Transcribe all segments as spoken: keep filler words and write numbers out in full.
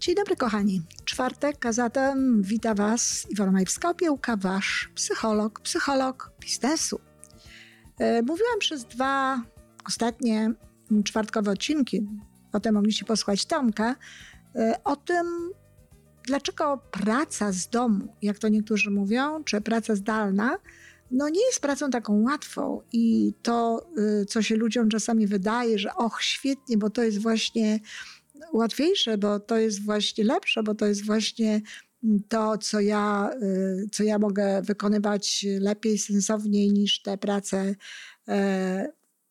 Dzień dobry kochani. Czwartek, a zatem wita Was Iwona Majewska-Opiełka, Wasz psycholog, psycholog biznesu. Mówiłam przez dwa ostatnie czwartkowe odcinki, potem mogliście posłuchać Tomka, o tym, dlaczego praca z domu, jak to niektórzy mówią, czy praca zdalna, no nie jest pracą taką łatwą i to, co się ludziom czasami wydaje, że och, świetnie, bo to jest właśnie łatwiejsze, bo to jest właśnie lepsze, bo to jest właśnie to, co ja, co ja mogę wykonywać lepiej, sensowniej niż te prace e,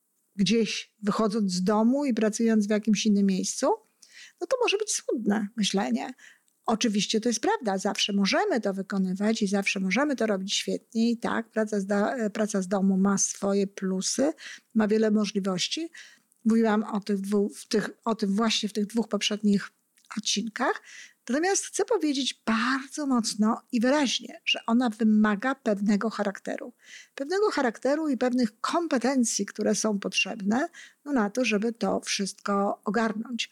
gdzieś wychodząc z domu i pracując w jakimś innym miejscu, no to może być złudne myślenie. Oczywiście to jest prawda, zawsze możemy to wykonywać i zawsze możemy to robić świetnie i tak, praca z, da, praca z domu ma swoje plusy, ma wiele możliwości. Mówiłam o, tych dwóch, w tych, o tym właśnie w tych dwóch poprzednich odcinkach. Natomiast chcę powiedzieć bardzo mocno i wyraźnie, że ona wymaga pewnego charakteru. Pewnego charakteru i pewnych kompetencji, które są potrzebne no na to, żeby to wszystko ogarnąć.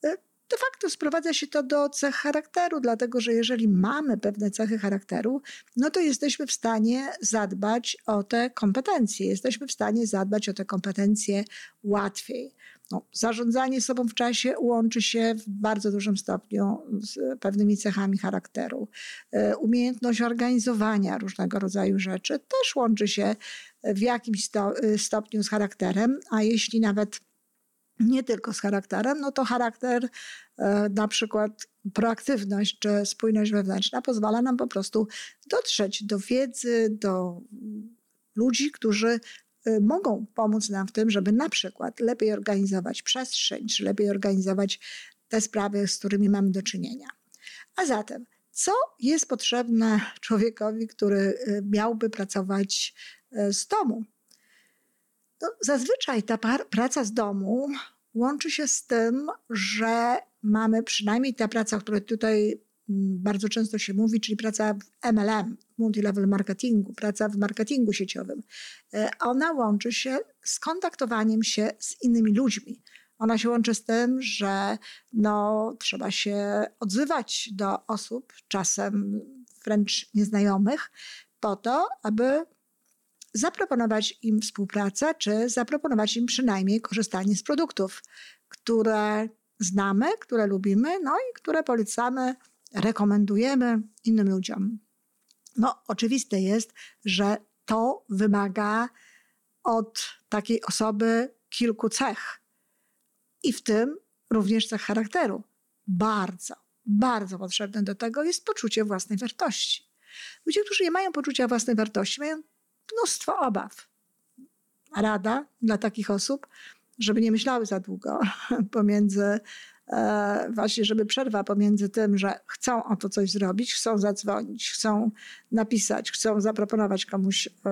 De facto sprowadza się to do cech charakteru, dlatego że jeżeli mamy pewne cechy charakteru, no to jesteśmy w stanie zadbać o te kompetencje. Jesteśmy w stanie zadbać o te kompetencje łatwiej. No, zarządzanie sobą w czasie łączy się w bardzo dużym stopniu z pewnymi cechami charakteru. Umiejętność organizowania różnego rodzaju rzeczy też łączy się w jakimś stopniu z charakterem, a jeśli nawet nie tylko z charakterem, no to charakter, na przykład proaktywność czy spójność wewnętrzna pozwala nam po prostu dotrzeć do wiedzy, do ludzi, którzy mogą pomóc nam w tym, żeby na przykład lepiej organizować przestrzeń, czy lepiej organizować te sprawy, z którymi mamy do czynienia. A zatem, co jest potrzebne człowiekowi, który miałby pracować z domu? No, zazwyczaj ta par- praca z domu łączy się z tym, że mamy przynajmniej ta praca, o której tutaj bardzo często się mówi, czyli praca w M L M, multilevel marketingu, praca w marketingu sieciowym. Ona łączy się z kontaktowaniem się z innymi ludźmi. Ona się łączy z tym, że no, trzeba się odzywać do osób, czasem wręcz nieznajomych, po to, aby zaproponować im współpracę, czy zaproponować im przynajmniej korzystanie z produktów, które znamy, które lubimy, no i które polecamy, rekomendujemy innym ludziom. No, oczywiste jest, że to wymaga od takiej osoby kilku cech. I w tym również cech charakteru. Bardzo, bardzo potrzebne do tego jest poczucie własnej wartości. Ludzie, którzy nie mają poczucia własnej wartości, mają mnóstwo obaw. Rada dla takich osób, żeby nie myślały za długo pomiędzy, e, właśnie żeby przerwa pomiędzy tym, że chcą o to coś zrobić, chcą zadzwonić, chcą napisać, chcą zaproponować komuś e,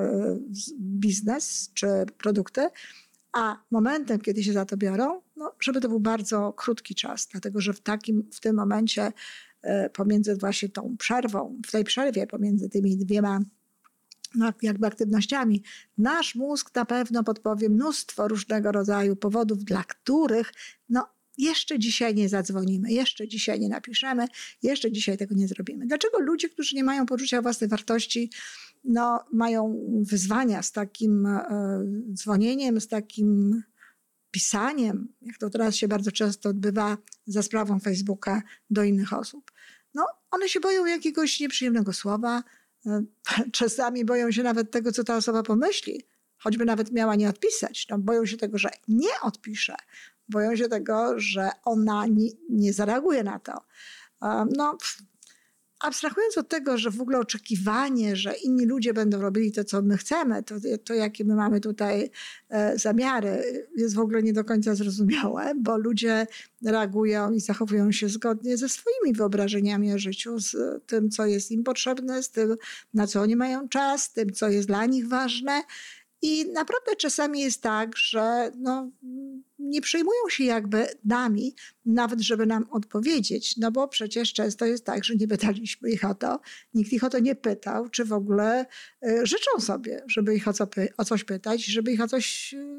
biznes czy produkty, a momentem, kiedy się za to biorą, no, żeby to był bardzo krótki czas, dlatego że w takim, w tym momencie e, pomiędzy właśnie tą przerwą, w tej przerwie pomiędzy tymi dwiema no, jakby aktywnościami, nasz mózg na pewno podpowie mnóstwo różnego rodzaju powodów, dla których no, jeszcze dzisiaj nie zadzwonimy, jeszcze dzisiaj nie napiszemy, jeszcze dzisiaj tego nie zrobimy. Dlaczego ludzie, którzy nie mają poczucia własnej wartości, no, mają wyzwania z takim e, dzwonieniem, z takim pisaniem, jak to teraz się bardzo często odbywa za sprawą Facebooka do innych osób? No, one się boją jakiegoś nieprzyjemnego słowa, czasami boją się nawet tego, co ta osoba pomyśli, choćby nawet miała nie odpisać. No, boją się tego, że nie odpisze. Boją się tego, że ona nie, nie zareaguje na to. No, abstrahując od tego, że w ogóle oczekiwanie, że inni ludzie będą robili to, co my chcemy, to, to jakie my mamy tutaj e, zamiary, jest w ogóle nie do końca zrozumiałe, bo ludzie reagują i zachowują się zgodnie ze swoimi wyobrażeniami o życiu, z tym, co jest im potrzebne, z tym, na co oni mają czas, z tym, co jest dla nich ważne. I naprawdę czasami jest tak, że no, nie przejmują się jakby nami, nawet żeby nam odpowiedzieć, no bo przecież często jest tak, że nie pytaliśmy ich o to, nikt ich o to nie pytał, czy w ogóle y, życzą sobie, żeby ich o, co, o coś pytać, żeby ich o coś y,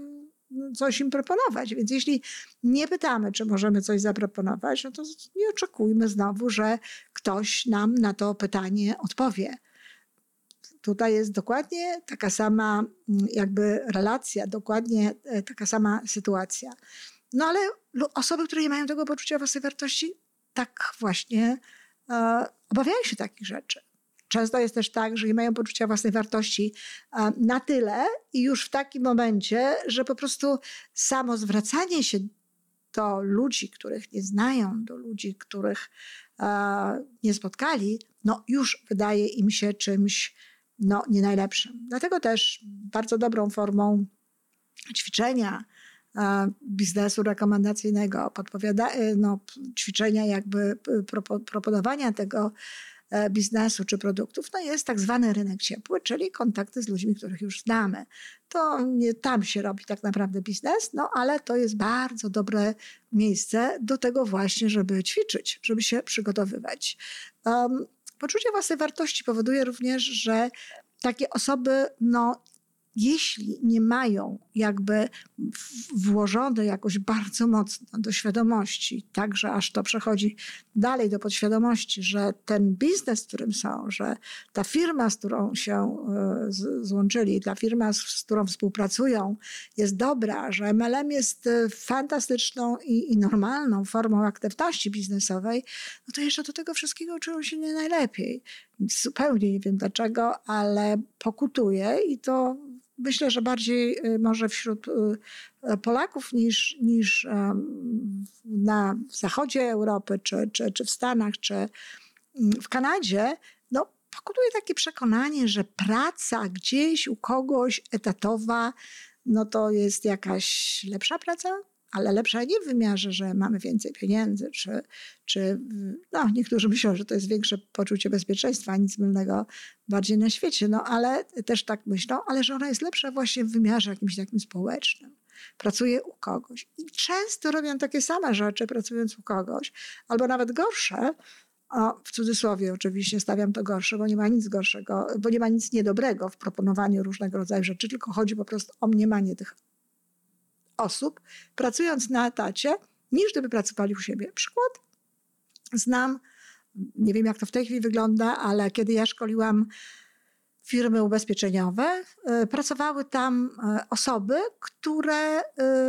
coś im proponować. Więc jeśli nie pytamy, czy możemy coś zaproponować, no to nie oczekujmy znowu, że ktoś nam na to pytanie odpowie. Tutaj jest dokładnie taka sama jakby relacja, dokładnie taka sama sytuacja. No ale osoby, które nie mają tego poczucia własnej wartości, tak właśnie e, obawiają się takich rzeczy. Często jest też tak, że nie mają poczucia własnej wartości e, na tyle i już w takim momencie, że po prostu samo zwracanie się do ludzi, których nie znają, do ludzi, których e, nie spotkali, no już wydaje im się czymś no, nie najlepszym. Dlatego też bardzo dobrą formą ćwiczenia biznesu rekomendacyjnego, podpowiada, no, ćwiczenia jakby propo, proponowania tego biznesu czy produktów, no jest tak zwany rynek ciepły, czyli kontakty z ludźmi, których już znamy. To nie tam się robi tak naprawdę biznes, no ale to jest bardzo dobre miejsce do tego właśnie, żeby ćwiczyć, żeby się przygotowywać. Um, poczucie własnej wartości powoduje również, że takie osoby, no jeśli nie mają jakby włożone jakoś bardzo mocno do świadomości, tak, że aż to przechodzi dalej do podświadomości, że ten biznes, w którym są, że ta firma, z którą się złączyli, ta firma, z którą współpracują, jest dobra, że M L M jest fantastyczną i, i normalną formą aktywności biznesowej, no to jeszcze do tego wszystkiego czują się nie najlepiej. Zupełnie nie wiem dlaczego, ale pokutuje i to myślę, że bardziej może wśród Polaków niż, niż na zachodzie Europy, czy, czy, czy w Stanach, czy w Kanadzie, no pokutuje takie przekonanie, że praca gdzieś u kogoś etatowa, no to jest jakaś lepsza praca, ale lepsza nie w wymiarze, że mamy więcej pieniędzy, czy, czy no, niektórzy myślą, że to jest większe poczucie bezpieczeństwa, nic mylnego bardziej na świecie, no ale też tak myślą, ale że ona jest lepsza właśnie w wymiarze jakimś takim społecznym. Pracuje u kogoś i często robią takie same rzeczy pracując u kogoś, albo nawet gorsze, o, w cudzysłowie oczywiście stawiam to gorsze, bo nie ma nic gorszego, bo nie ma nic niedobrego w proponowaniu różnego rodzaju rzeczy, tylko chodzi po prostu o mniemanie tych osób, pracując na etacie, niż gdyby pracowali u siebie. Przykład znam, nie wiem jak to w tej chwili wygląda, ale kiedy ja szkoliłam firmy ubezpieczeniowe, pracowały tam osoby, które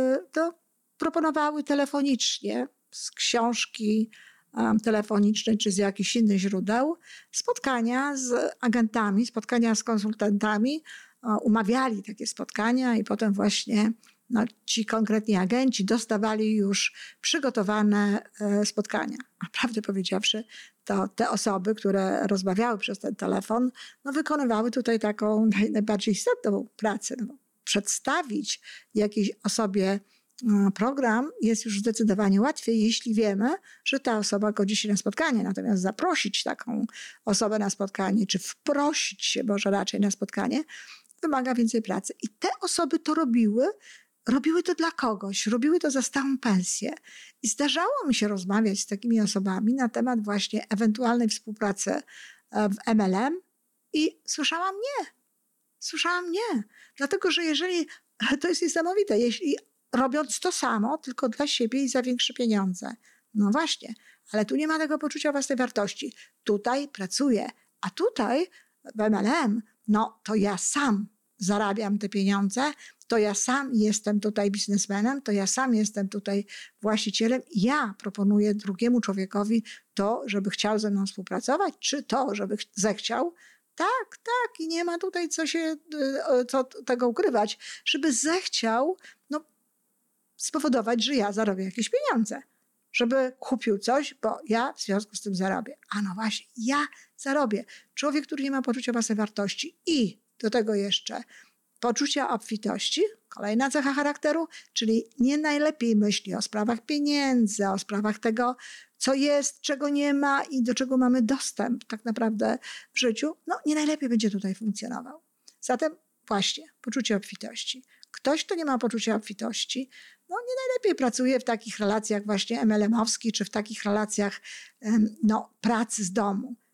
to proponowały telefonicznie z książki telefonicznej czy z jakichś innych źródeł spotkania z agentami, spotkania z konsultantami, umawiali takie spotkania i potem właśnie no, ci konkretni agenci dostawali już przygotowane e, spotkania. A prawdę powiedziawszy, to te osoby, które rozmawiały przez ten telefon, no, wykonywały tutaj taką naj, najbardziej istotną pracę. No, przedstawić jakiejś osobie e, program jest już zdecydowanie łatwiej, jeśli wiemy, że ta osoba godzi się na spotkanie. Natomiast zaprosić taką osobę na spotkanie, czy wprosić się może raczej na spotkanie, wymaga więcej pracy. I te osoby to robiły, Robiły to dla kogoś, robiły to za stałą pensję. I zdarzało mi się rozmawiać z takimi osobami na temat właśnie ewentualnej współpracy w M L M i słyszałam nie. Słyszałam nie. Dlatego, że jeżeli, to jest niesamowite, jeśli robiąc to samo, tylko dla siebie i za większe pieniądze. No właśnie, ale tu nie ma tego poczucia własnej wartości. Tutaj pracuję, a tutaj w M L M, no to ja sam zarabiam te pieniądze, to ja sam jestem tutaj biznesmenem, to ja sam jestem tutaj właścicielem. Ja proponuję drugiemu człowiekowi to, żeby chciał ze mną współpracować, czy to, żeby zechciał. Tak, tak i nie ma tutaj co się co tego ukrywać, żeby zechciał no, spowodować, że ja zarobię jakieś pieniądze. Żeby kupił coś, bo ja w związku z tym zarobię. A no właśnie, ja zarobię. Człowiek, który nie ma poczucia własnej wartości i do tego jeszcze poczucia obfitości, kolejna cecha charakteru, czyli nie najlepiej myśli o sprawach pieniędzy, o sprawach tego, co jest, czego nie ma i do czego mamy dostęp tak naprawdę w życiu, no nie najlepiej będzie tutaj funkcjonował. Zatem właśnie poczucie obfitości. Ktoś, kto nie ma poczucia obfitości, no nie najlepiej pracuje w takich relacjach właśnie M L M-owskich, czy w takich relacjach no, pracy z domu.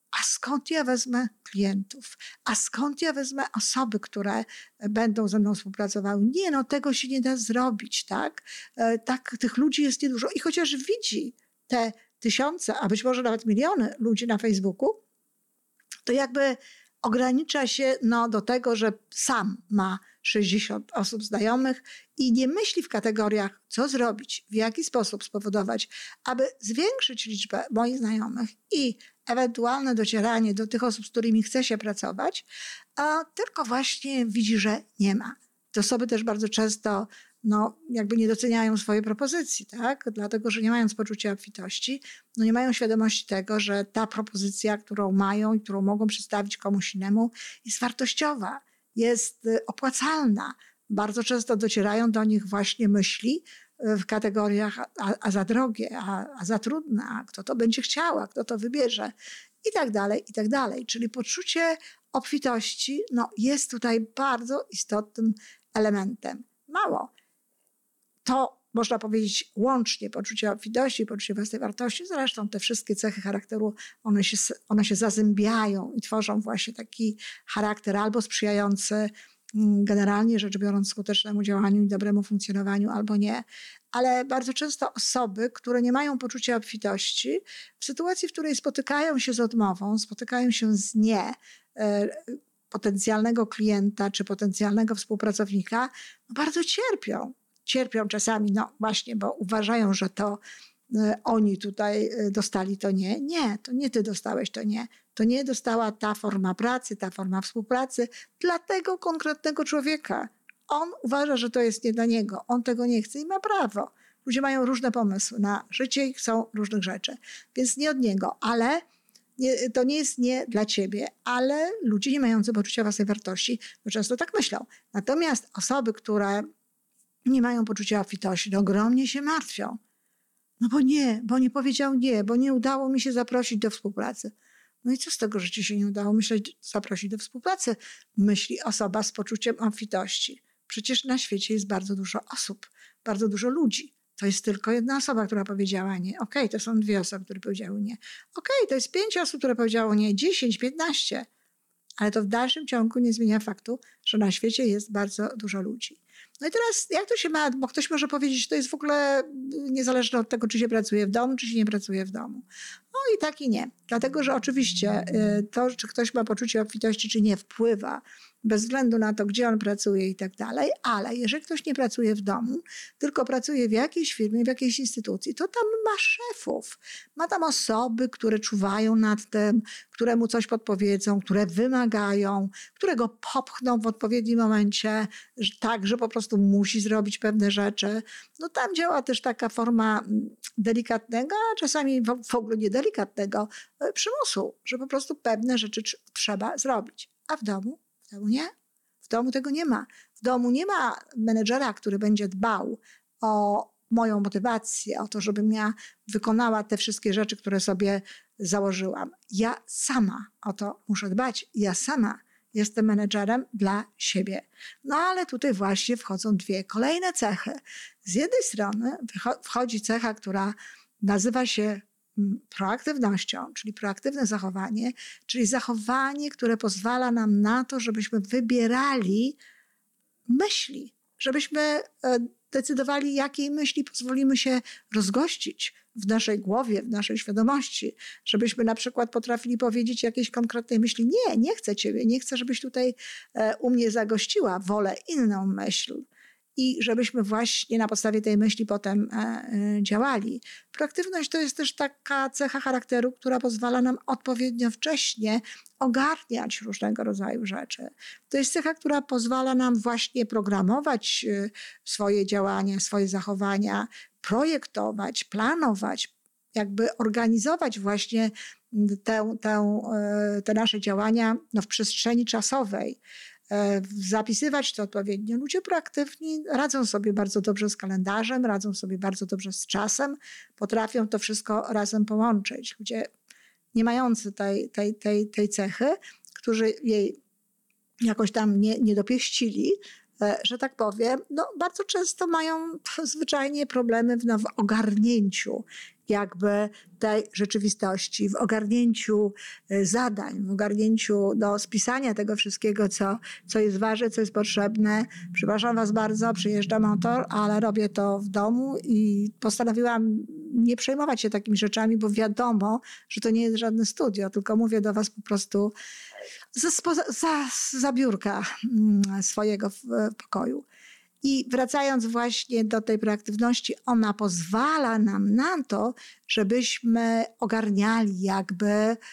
a skąd ja wezmę klientów? A skąd ja wezmę osoby, które będą ze mną współpracowały? Nie, no tego się nie da zrobić, tak? Tak, tych ludzi jest niedużo. I chociaż widzi te tysiące, a być może nawet miliony ludzi na Facebooku, to jakby ogranicza się no, do tego, że sam ma sześćdziesiąt osób znajomych i nie myśli w kategoriach, co zrobić, w jaki sposób spowodować, aby zwiększyć liczbę moich znajomych i ewentualne docieranie do tych osób, z którymi chce się pracować, a tylko właśnie widzi, że nie ma. Te osoby też bardzo często no, jakby nie doceniają swojej propozycji, tak? Dlatego, że nie mając poczucia obfitości, no nie mają świadomości tego, że ta propozycja, którą mają i którą mogą przedstawić komuś innemu, jest wartościowa, jest opłacalna. Bardzo często docierają do nich właśnie myśli w kategoriach a, a za drogie, a, a za trudne, a kto to będzie chciał, a kto to wybierze i tak dalej, i tak dalej. Czyli poczucie obfitości no, jest tutaj bardzo istotnym elementem. Mało. To można powiedzieć łącznie poczucie obfitości, poczucie własnej wartości. Zresztą te wszystkie cechy charakteru, one się, one się zazębiają i tworzą właśnie taki charakter albo sprzyjający generalnie rzecz biorąc skutecznemu działaniu i dobremu funkcjonowaniu, albo nie. Ale bardzo często osoby, które nie mają poczucia obfitości, w sytuacji, w której spotykają się z odmową, spotykają się z nie e, potencjalnego klienta czy potencjalnego współpracownika, no bardzo cierpią. Cierpią czasami, no właśnie, bo uważają, że to y, oni tutaj y, dostali to nie. Nie, to nie ty dostałeś to nie. To nie dostała ta forma pracy, ta forma współpracy dla tego konkretnego człowieka. On uważa, że to jest nie dla niego. On tego nie chce i ma prawo. Ludzie mają różne pomysły na życie i chcą różnych rzeczy. Więc nie od niego, ale nie, to nie jest nie dla ciebie. Ale ludzie nie mający poczucia własnej wartości no często tak myślą. Natomiast osoby, które nie mają poczucia obfitości, no ogromnie się martwią. No bo nie, bo nie powiedział nie, bo nie udało mi się zaprosić do współpracy. No i co z tego, że ci się nie udało myśleć, zaprosić do współpracy? Myśli osoba z poczuciem obfitości. Przecież na świecie jest bardzo dużo osób, bardzo dużo ludzi. To jest tylko jedna osoba, która powiedziała nie. Okej, okay, to są dwie osoby, które powiedziały nie. Okej, okay, to jest pięć osób, które powiedziało nie, dziesięć, piętnaście. Ale to w dalszym ciągu nie zmienia faktu, że na świecie jest bardzo dużo ludzi. No i teraz jak to się ma, bo ktoś może powiedzieć, że to jest w ogóle niezależne od tego, czy się pracuje w domu, czy się nie pracuje w domu. No i tak i nie. Dlatego, że oczywiście to, czy ktoś ma poczucie obfitości, czy nie, wpływa bez względu na to, gdzie on pracuje i tak dalej, ale jeżeli ktoś nie pracuje w domu, tylko pracuje w jakiejś firmie, w jakiejś instytucji, to tam ma szefów. Ma tam osoby, które czuwają nad tym, które mu coś podpowiedzą, które wymagają, które go popchną w odpowiednim momencie, tak, że po prostu musi zrobić pewne rzeczy. No tam działa też taka forma delikatnego, a czasami w ogóle niedelikatnego przymusu, że po prostu pewne rzeczy trzeba zrobić. A w domu? W domu nie. W domu tego nie ma. W domu nie ma menedżera, który będzie dbał o moją motywację, o to, żebym ja wykonała te wszystkie rzeczy, które sobie założyłam. Ja sama o to muszę dbać. Ja sama jestem menedżerem dla siebie. No ale tutaj właśnie wchodzą dwie kolejne cechy. Z jednej strony wchodzi cecha, która nazywa się proaktywnością, czyli proaktywne zachowanie, czyli zachowanie, które pozwala nam na to, żebyśmy wybierali myśli, żebyśmy decydowali, jakiej myśli pozwolimy się rozgościć w naszej głowie, w naszej świadomości, żebyśmy na przykład potrafili powiedzieć jakiejś konkretnej myśli, nie, nie chcę ciebie, nie chcę, żebyś tutaj u mnie zagościła, wolę inną myśl. I żebyśmy właśnie na podstawie tej myśli potem działali. Proaktywność to jest też taka cecha charakteru, która pozwala nam odpowiednio wcześnie ogarniać różnego rodzaju rzeczy. To jest cecha, która pozwala nam właśnie programować swoje działania, swoje zachowania, projektować, planować, jakby organizować właśnie tę, tę, te nasze działania no, w przestrzeni czasowej. Zapisywać to odpowiednio. Ludzie proaktywni radzą sobie bardzo dobrze z kalendarzem, radzą sobie bardzo dobrze z czasem, potrafią to wszystko razem połączyć. Ludzie nie mający tej, tej, tej, tej cechy, którzy jej jakoś tam nie, nie dopieścili, że tak powiem, no bardzo często mają zwyczajnie problemy w, no, w ogarnięciu jakby tej rzeczywistości, w ogarnięciu zadań, w ogarnięciu do spisania tego wszystkiego, co, co jest ważne, co jest potrzebne. Przepraszam was bardzo, przyjeżdża motor, ale robię to w domu i postanowiłam nie przejmować się takimi rzeczami, bo wiadomo, że to nie jest żadne studio, tylko mówię do was po prostu za, za, za biurka swojego pokoju. I wracając właśnie do tej proaktywności, ona pozwala nam na to, żebyśmy ogarniali jakby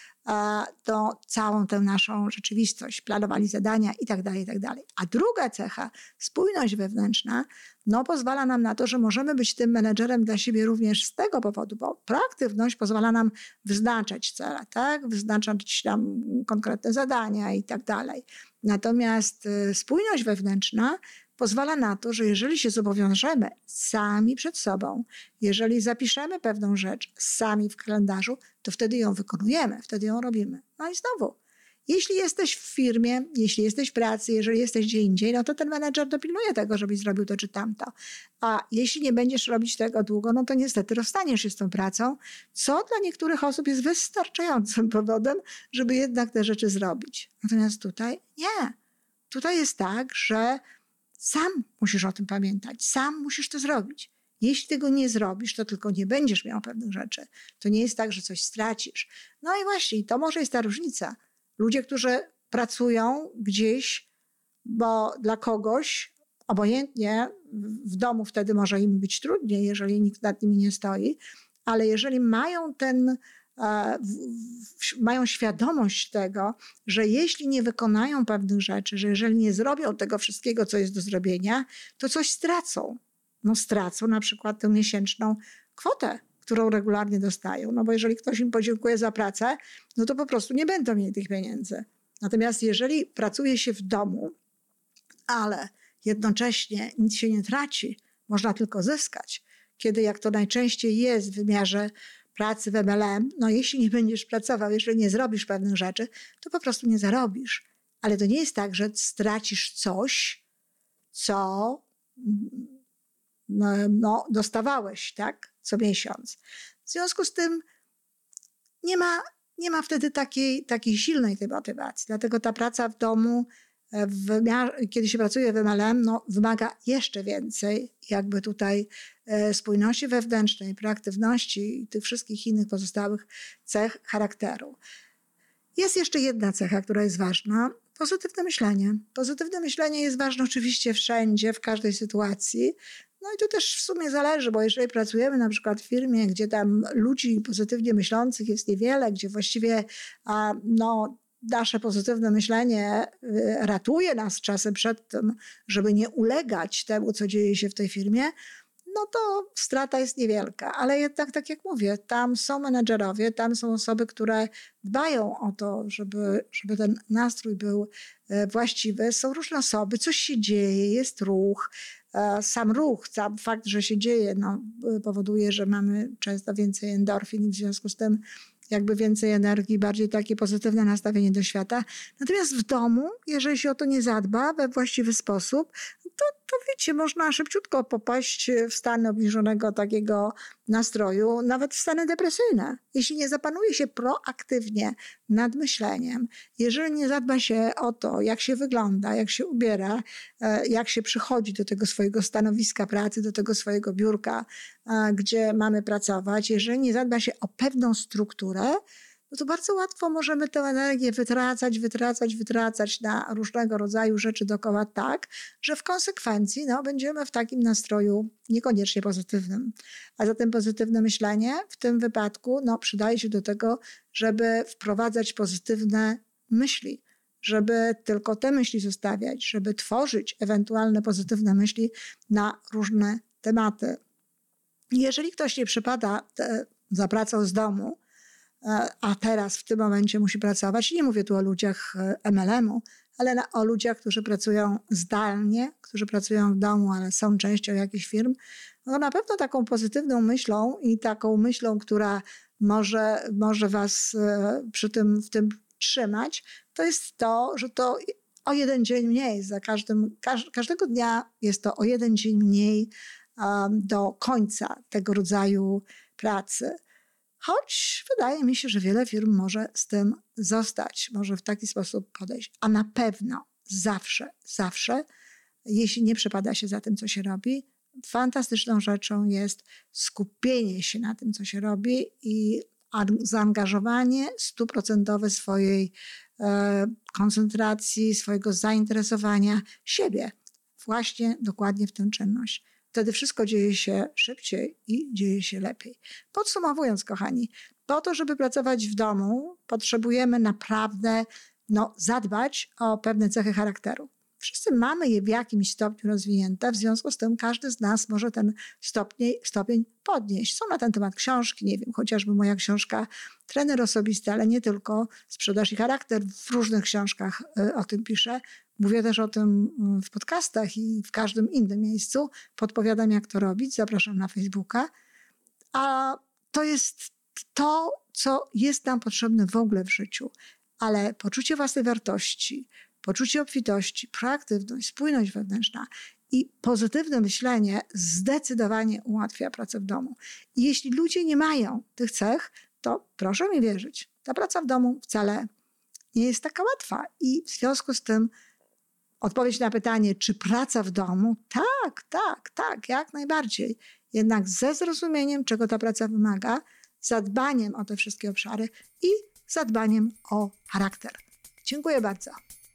to całą tę naszą rzeczywistość, planowali zadania i tak dalej, i tak dalej. A druga cecha, spójność wewnętrzna, no pozwala nam na to, że możemy być tym menedżerem dla siebie również z tego powodu, bo proaktywność pozwala nam wyznaczać cele, tak? Wyznaczać nam konkretne zadania i tak dalej. Natomiast spójność wewnętrzna pozwala na to, że jeżeli się zobowiążemy sami przed sobą, jeżeli zapiszemy pewną rzecz sami w kalendarzu, to wtedy ją wykonujemy, wtedy ją robimy. No i znowu, jeśli jesteś w firmie, jeśli jesteś w pracy, jeżeli jesteś gdzie indziej, no to ten menedżer dopilnuje tego, żebyś zrobił to czy tamto. A jeśli nie będziesz robić tego długo, no to niestety rozstaniesz się z tą pracą, co dla niektórych osób jest wystarczającym powodem, żeby jednak te rzeczy zrobić. Natomiast tutaj nie. Tutaj jest tak, że sam musisz o tym pamiętać, sam musisz to zrobić. Jeśli tego nie zrobisz, to tylko nie będziesz miał pewnych rzeczy. To nie jest tak, że coś stracisz. No i właśnie, to może jest ta różnica. Ludzie, którzy pracują gdzieś, bo dla kogoś, obojętnie, w domu wtedy może im być trudniej, jeżeli nikt nad nimi nie stoi, ale jeżeli mają ten, e, w, w, mają świadomość tego, że jeśli nie wykonają pewnych rzeczy, że jeżeli nie zrobią tego wszystkiego, co jest do zrobienia, to coś stracą. No stracą na przykład tę miesięczną kwotę, którą regularnie dostają. No bo jeżeli ktoś im podziękuje za pracę, no to po prostu nie będą mieli tych pieniędzy. Natomiast jeżeli pracuje się w domu, ale jednocześnie nic się nie traci, można tylko zyskać, kiedy jak to najczęściej jest w wymiarze pracy w M L M, no jeśli nie będziesz pracował, jeżeli nie zrobisz pewnych rzeczy, to po prostu nie zarobisz. Ale to nie jest tak, że stracisz coś, co no, dostawałeś, tak, co miesiąc. W związku z tym nie ma, nie ma wtedy takiej, takiej silnej tej motywacji. Dlatego ta praca w domu, w wymiar, kiedy się pracuje w M L M, no, wymaga jeszcze więcej jakby tutaj e, spójności wewnętrznej, proaktywności i tych wszystkich innych pozostałych cech charakteru. Jest jeszcze jedna cecha, która jest ważna. Pozytywne myślenie. Pozytywne myślenie jest ważne oczywiście wszędzie, w każdej sytuacji. No i to też w sumie zależy, bo jeżeli pracujemy na przykład w firmie, gdzie tam ludzi pozytywnie myślących jest niewiele, gdzie właściwie a, no, nasze pozytywne myślenie ratuje nas czasem przed tym, żeby nie ulegać temu, co dzieje się w tej firmie, no to strata jest niewielka. Ale jednak, tak jak mówię, tam są menedżerowie, tam są osoby, które dbają o to, żeby, żeby ten nastrój był właściwy. Są różne osoby, coś się dzieje, jest ruch. Sam ruch, sam fakt, że się dzieje, no, powoduje, że mamy często więcej endorfin i w związku z tym jakby więcej energii, bardziej takie pozytywne nastawienie do świata. Natomiast w domu, jeżeli się o to nie zadba we właściwy sposób, to, to wiecie, można szybciutko popaść w stan obniżonego takiego nastroju, nawet w stany depresyjne. Jeśli nie zapanuje się proaktywnie nad myśleniem, jeżeli nie zadba się o to, jak się wygląda, jak się ubiera, jak się przychodzi do tego swojego stanowiska pracy, do tego swojego biurka, gdzie mamy pracować, jeżeli nie zadba się o pewną strukturę, no to bardzo łatwo możemy tę energię wytracać, wytracać, wytracać na różnego rodzaju rzeczy dookoła tak, że w konsekwencji no, będziemy w takim nastroju niekoniecznie pozytywnym. A zatem pozytywne myślenie w tym wypadku no, przydaje się do tego, żeby wprowadzać pozytywne myśli, żeby tylko te myśli zostawiać, żeby tworzyć ewentualne pozytywne myśli na różne tematy. Jeżeli ktoś nie przypada te, za pracą z domu, a teraz w tym momencie musi pracować, nie mówię tu o ludziach M L M u, ale na, o ludziach, którzy pracują zdalnie, którzy pracują w domu, ale są częścią jakichś firm, no na pewno taką pozytywną myślą i taką myślą, która może, może was przy tym, w tym trzymać, to jest to, że to o jeden dzień mniej, za każdym, każ, każdego dnia jest to o jeden dzień mniej um, do końca tego rodzaju pracy. Choć wydaje mi się, że wiele firm może z tym zostać, może w taki sposób podejść. A na pewno zawsze, zawsze, jeśli nie przepada się za tym, co się robi, fantastyczną rzeczą jest skupienie się na tym, co się robi i zaangażowanie stuprocentowe swojej e, koncentracji, swojego zainteresowania siebie właśnie dokładnie w tę czynność. Wtedy wszystko dzieje się szybciej i dzieje się lepiej. Podsumowując, kochani, po to, żeby pracować w domu, potrzebujemy naprawdę no, zadbać o pewne cechy charakteru. Wszyscy mamy je w jakimś stopniu rozwinięte, w związku z tym każdy z nas może ten stopień, stopień podnieść. Są na ten temat książki, nie wiem, chociażby moja książka Trener Osobisty, ale nie tylko, Sprzedaż i charakter, w różnych książkach o tym piszę. Mówię też o tym w podcastach i w każdym innym miejscu. Podpowiadam, jak to robić. Zapraszam na Facebooka. A to jest to, co jest nam potrzebne w ogóle w życiu. Ale poczucie własnej wartości, poczucie obfitości, proaktywność, spójność wewnętrzna i pozytywne myślenie zdecydowanie ułatwia pracę w domu. I jeśli ludzie nie mają tych cech, to proszę mi wierzyć, ta praca w domu wcale nie jest taka łatwa. I w związku z tym odpowiedź na pytanie, czy praca w domu? Tak, tak, tak, jak najbardziej. Jednak ze zrozumieniem, czego ta praca wymaga, zadbaniem o te wszystkie obszary i zadbaniem o charakter. Dziękuję bardzo.